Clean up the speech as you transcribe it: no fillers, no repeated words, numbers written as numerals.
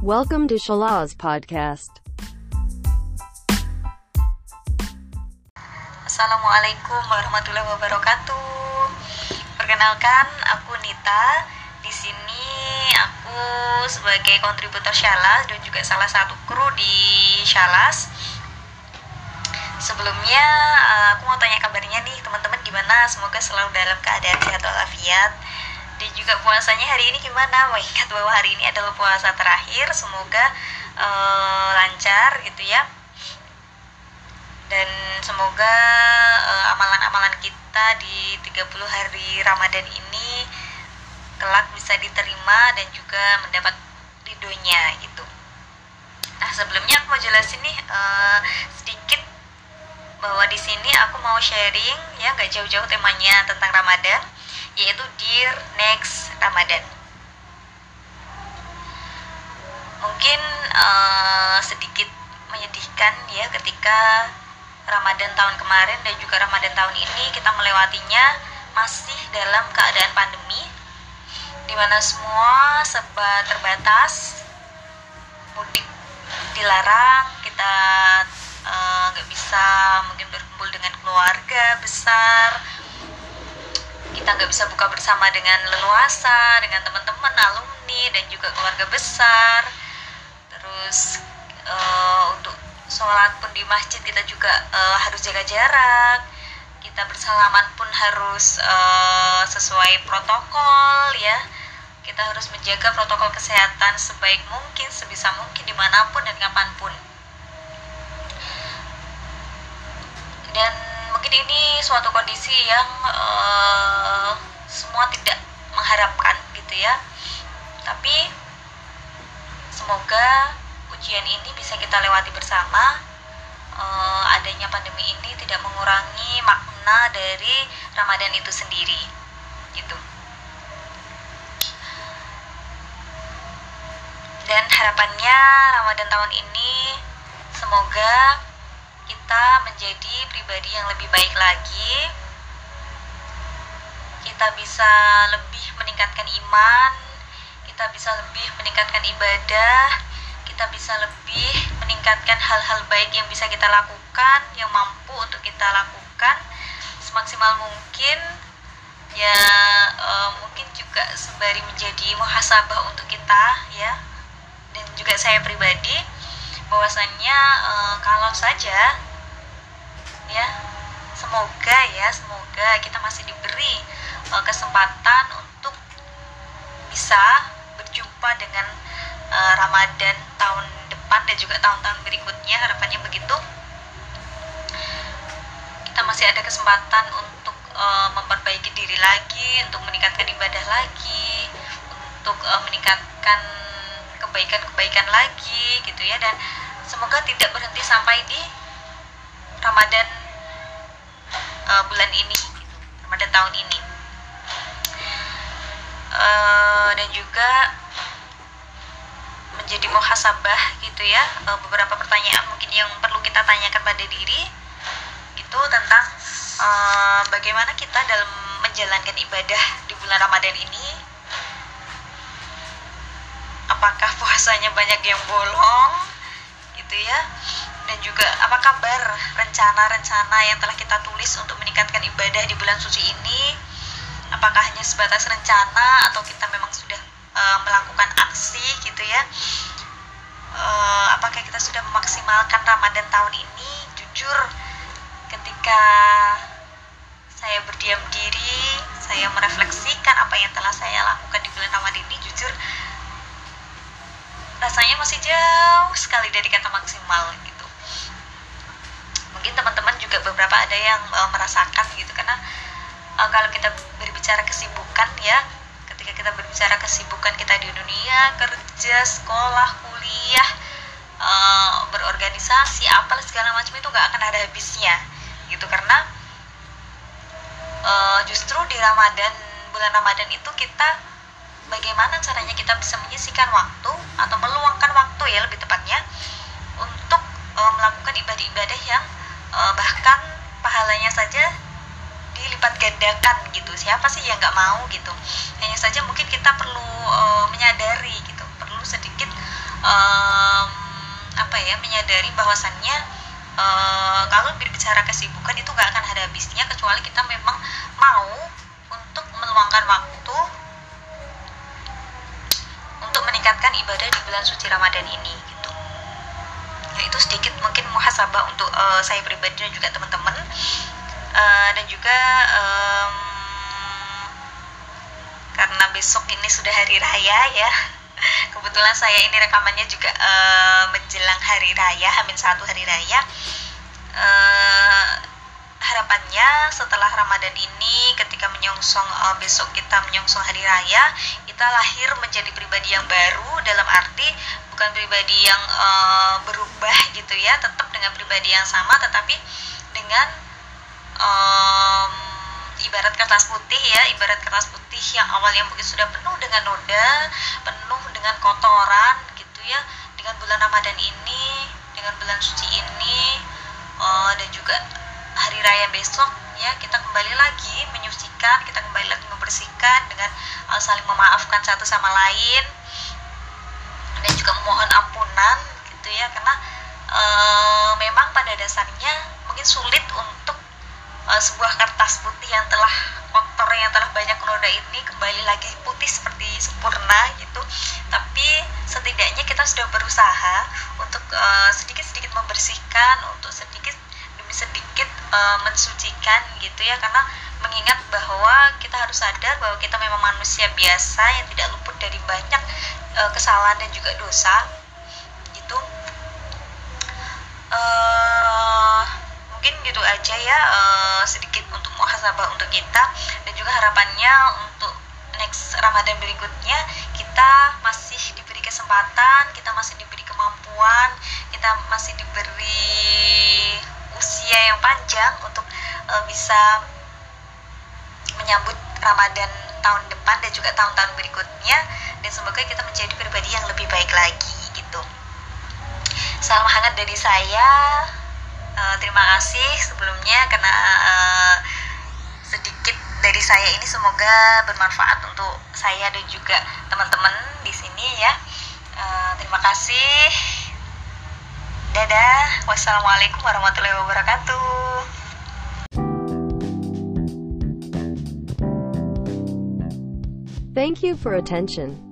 Welcome to Shalaz Podcast. Assalamualaikum warahmatullahi wabarakatuh. Perkenalkan, aku Nita. Di sini aku sebagai kontributor Shalaz dan juga salah satu kru di Shalaz. Sebelumnya aku mau tanya kabarnya nih teman-teman gimana? Semoga selalu dalam keadaan sehat walafiat. Dan juga puasanya hari ini gimana? Mengingat bahwa hari ini adalah puasa terakhir, semoga lancar gitu ya. Dan semoga amalan-amalan kita di 30 hari Ramadan ini kelak bisa diterima dan juga mendapat ridhonya gitu. Nah, sebelumnya aku mau jelasin nih sedikit bahwa di sini aku mau sharing ya, nggak jauh-jauh temanya tentang Ramadan, yaitu Dear Next Ramadan. Mungkin sedikit menyedihkan ya ketika Ramadan tahun kemarin dan juga Ramadan tahun ini kita melewatinya masih dalam keadaan pandemi, di mana semua serba terbatas, mudik dilarang, kita nggak bisa mungkin berkumpul dengan keluarga besar, kita nggak bisa buka bersama dengan leluasa, dengan teman-teman, alumni, dan juga keluarga besar. Terus untuk sholat pun di masjid kita juga harus jaga jarak, kita bersalaman pun harus sesuai protokol ya. Kita harus menjaga protokol kesehatan sebaik mungkin, sebisa mungkin, dimanapun dan kapanpun. Dan mungkin ini suatu kondisi yang semua tidak mengharapkan gitu ya. Tapi semoga ujian ini bisa kita lewati bersama. Adanya pandemi ini tidak mengurangi makna dari Ramadan itu sendiri gitu. Dan harapannya Ramadan tahun ini semoga kita menjadi pribadi yang lebih baik lagi, kita bisa lebih meningkatkan iman, kita bisa lebih meningkatkan ibadah, kita bisa lebih meningkatkan hal-hal baik yang bisa kita lakukan, yang mampu untuk kita lakukan semaksimal mungkin ya. Mungkin juga sembari menjadi muhasabah untuk kita ya, dan juga saya pribadi, bahwasannya kalau saja ya, semoga kita masih diberi kesempatan untuk bisa berjumpa dengan Ramadan tahun depan dan juga tahun-tahun berikutnya, harapannya begitu. Kita masih ada kesempatan untuk memperbaiki diri lagi, untuk meningkatkan ibadah lagi, untuk meningkatkan kebaikan-kebaikan lagi gitu ya. Dan semoga tidak berhenti sampai di Ramadan bulan ini gitu, Ramadan tahun ini. Dan juga menjadi muhasabah gitu ya, beberapa pertanyaan mungkin yang perlu kita tanyakan pada diri gitu, tentang bagaimana kita dalam menjalankan ibadah di bulan Ramadan ini. Apakah puasanya banyak yang bolong gitu ya, dan juga apa kabar rencana-rencana yang telah kita tulis untuk meningkatkan ibadah di bulan suci ini. Apakah hanya sebatas rencana atau kita memang sudah melakukan aksi gitu ya. Apakah kita sudah memaksimalkan Ramadan tahun ini? Jujur, ketika saya berdiam diri, saya merefleksikan apa yang telah saya lakukan di bulan Ramadan ini, jujur rasanya masih jauh sekali dari kata maksimal gitu. Mungkin teman-teman juga beberapa ada yang merasakan gitu, karena kalau kita berbicara kesibukan ya, ketika kita berbicara kesibukan kita di dunia kerja, sekolah, kuliah, berorganisasi, apalah segala macam, itu gak akan ada habisnya gitu. Karena justru di bulan Ramadan itu kita, bagaimana caranya kita bisa menyisihkan waktu atau meluangkan waktu ya lebih tepatnya, untuk melakukan ibadah-ibadah yang bahkan pahalanya saja dilipat gandakan gitu. Siapa sih yang nggak mau gitu? Hanya saja mungkin kita perlu menyadari gitu, perlu sedikit menyadari bahwasannya kalau berbicara kesibukan itu gak akan ada habisnya kecuali kita memang mau untuk meluangkan waktu untuk meningkatkan ibadah di bulan suci Ramadan ini gitu. Ya, itu sedikit mungkin muhasabah untuk saya pribadi dan juga teman-teman. Dan juga karena besok ini sudah hari raya ya, kebetulan saya ini rekamannya juga menjelang hari raya, H-1 hari raya. Harapannya setelah Ramadan ini, ketika menyongsong besok kita menyongsong hari raya, kita lahir menjadi pribadi yang baru, dalam arti bukan pribadi yang berubah gitu ya, tetap dengan pribadi yang sama, tetapi dengan ibarat kertas putih ya, ibarat kertas putih yang awalnya mungkin sudah penuh dengan noda, penuh dengan kotoran gitu ya, dengan bulan Ramadan ini, dengan bulan suci ini, dan juga hari raya besok ya, kita kembali lagi menyucikan, kita kembali lagi membersihkan dengan saling memaafkan satu sama lain, dan juga memohon ampunan gitu ya, karena memang pada dasarnya mungkin sulit untuk sebuah kertas putih yang telah kotor, yang telah banyak noda ini kembali lagi putih seperti sempurna gitu. Tapi setidaknya kita sudah berusaha untuk sedikit-sedikit membersihkan, untuk sedikit demi sedikit mensucikan gitu ya, karena mengingat bahwa kita harus sadar bahwa kita memang manusia biasa yang tidak luput dari banyak kesalahan dan juga dosa gitu. Mungkin gitu aja ya, sedikit untuk muhasabah untuk kita, dan juga harapannya untuk next Ramadan berikutnya kita masih diberi kesempatan, kita masih diberi kemampuan, kita masih diberi usia yang panjang untuk bisa menyambut Ramadan tahun depan dan juga tahun-tahun berikutnya, dan semoga kita menjadi pribadi yang lebih baik lagi gitu. Salam hangat dari saya. Terima kasih sebelumnya karena sedikit dari saya ini semoga bermanfaat untuk saya dan juga teman-teman di sini ya. Terima kasih. Dadah. Wassalamualaikum warahmatullahi wabarakatuh. Thank you for attention.